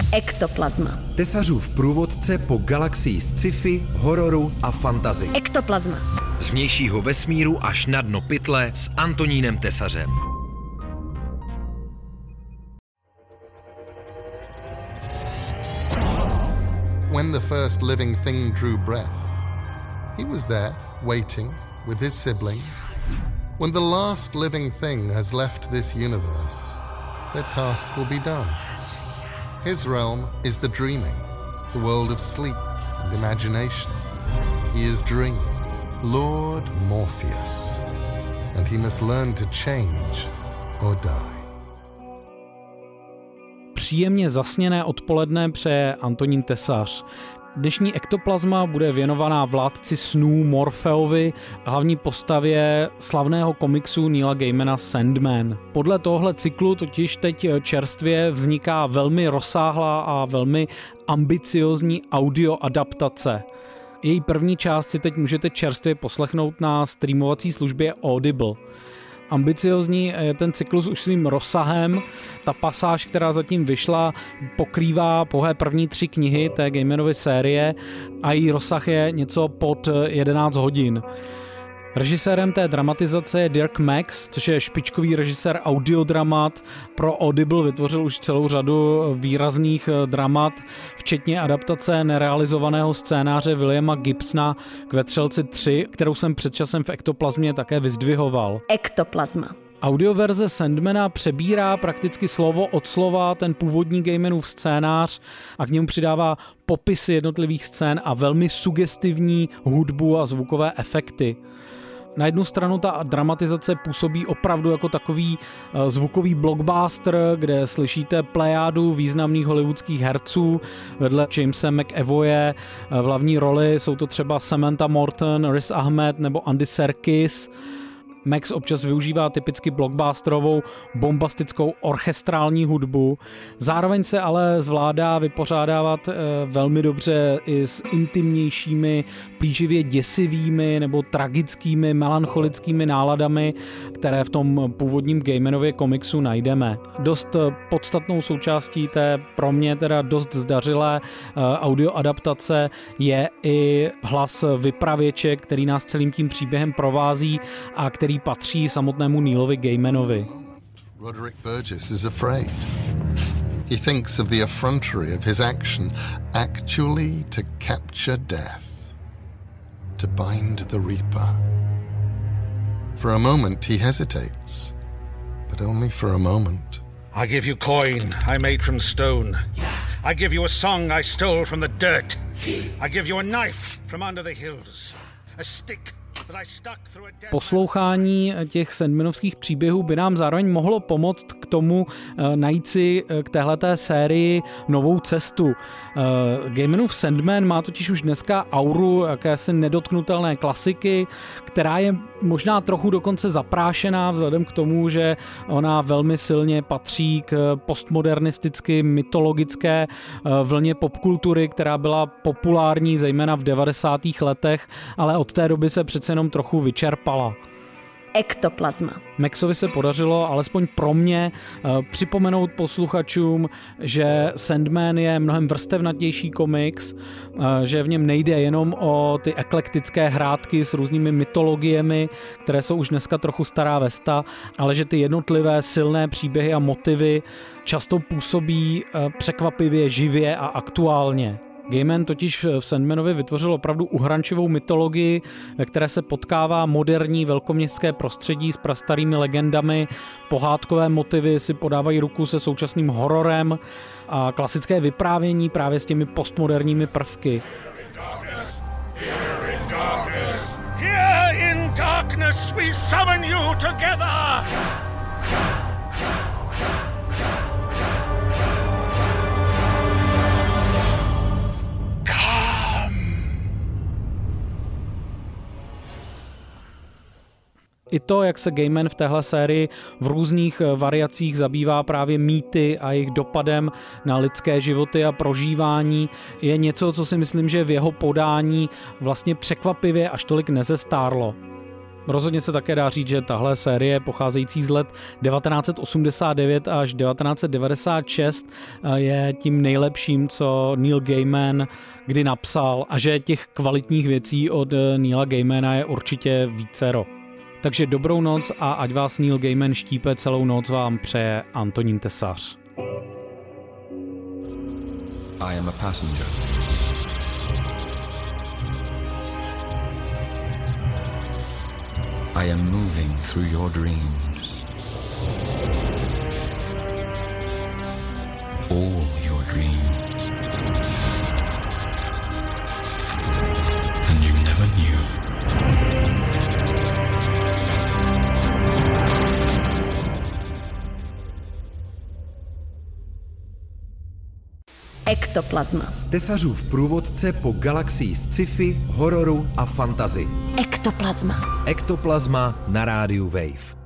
Ektoplazma. Tesařův průvodce po galaxii sci-fi, hororu a fantasy. Ektoplazma. Z vnějšího vesmíru až na dno pytle s Antonínem Tesařem. When the first living thing drew breath, he was there, waiting, with his siblings. When the last living thing has left this universe, their task will be done. His realm is the dreaming, the world of sleep and imagination. He is Dream, Lord Morpheus, and he must learn to change or die. Příjemně zasněné odpoledne přeje Antonín Tesař. Dnešní Ektoplazma bude věnovaná vládci snů Morfeovi, hlavní postavě slavného komiksu Neila Gaimana Sandman. Podle tohohle cyklu totiž teď čerstvě vzniká velmi rozsáhlá a velmi ambiciozní audioadaptace. Její první část si teď můžete čerstvě poslechnout na streamovací službě Audible. Ambiciozní je ten cyklus už svým rozsahem. Ta pasáž, která zatím vyšla, pokrývá pouhé první 3 knihy té Gaimanovy série a její rozsah je něco pod 11 hodin. Režisérem té dramatizace je Dirk Maggs, což je špičkový režisér audiodramat. Pro Audible vytvořil už celou řadu výrazných dramat, včetně adaptace nerealizovaného scénáře Williama Gibsona k Vetřelci 3, kterou jsem před časem v Ektoplazmě také vyzdvihoval. Ektoplazma. Audioverze Sandmana přebírá prakticky slovo od slova ten původní Gaimanův scénář a k němu přidává popisy jednotlivých scén a velmi sugestivní hudbu a zvukové efekty. Na jednu stranu ta dramatizace působí opravdu jako takový zvukový blockbuster, kde slyšíte plejádu významných hollywoodských herců. Vedle Jamese McAvoye v hlavní roli jsou to třeba Samantha Morton, Riz Ahmed nebo Andy Serkis. Max občas využívá typicky blockbusterovou bombastickou orchestrální hudbu. Zároveň se ale zvládá vypořádávat velmi dobře i s intimnějšími, plíživě děsivými nebo tragickými, melancholickými náladami, které v tom původním Gaimanově komiksu najdeme. Dost podstatnou součástí té pro mě teda dost zdařilé audioadaptace je i hlas vypravěče, který nás celým tím příběhem provází a který patří samotnému Neilovi Gaimanovi. Roderick Burgess is afraid. He thinks of the effrontery of his action, actually to capture death, to bind the Reaper. For a moment he hesitates, but only for a moment. I give you coin I made from stone. I give you a song I stole from the dirt. I give you a knife from under the hills. A stick. Poslouchání těch Sandmanovských příběhů by nám zároveň mohlo pomoct k tomu najít si k téhleté sérii novou cestu. Gaimanův Sandman má totiž už dneska auru jakési nedotknutelné klasiky, která je možná trochu dokonce zaprášená vzhledem k tomu, že ona velmi silně patří k postmodernisticky mytologické vlně popkultury, která byla populární zejména v 90. letech, ale od té doby se přece jenom trochu vyčerpala. Ektoplazma. Maxovi se podařilo, alespoň pro mě, připomenout posluchačům, že Sandman je mnohem vrstevnatější komiks, že v něm nejde jenom o ty eklektické hrátky s různými mytologiemi, které jsou už dneska trochu stará vesta, ale že ty jednotlivé silné příběhy a motivy často působí překvapivě živě a aktuálně. Gaiman totiž v Sandmanovi vytvořil opravdu uhrančivou mytologii, ve které se potkává moderní velkoměstské prostředí s prastarými legendami, pohádkové motivy si podávají ruku se současným hororem a klasické vyprávění právě s těmi postmoderními prvky. Here in darkness we summon you together. I to, jak se Gaiman v téhle sérii v různých variacích zabývá právě mýty a jejich dopadem na lidské životy a prožívání, je něco, co si myslím, že v jeho podání vlastně překvapivě až tolik nezestárlo. Rozhodně se také dá říct, že tahle série pocházející z let 1989 až 1996 je tím nejlepším, co Neil Gaiman kdy napsal a že těch kvalitních věcí od Neila Gaimana je určitě vícero. Takže dobrou noc a ať vás Neil Gaiman štípe celou noc, vám přeje Antonín Tesař. I am a passenger. I am moving through your dreams. All your dreams. And you never knew. Ektoplazma. Tesařův průvodce po galaxii sci-fi, hororu a fantasy. Ektoplazma. Ektoplazma na rádiu Wave.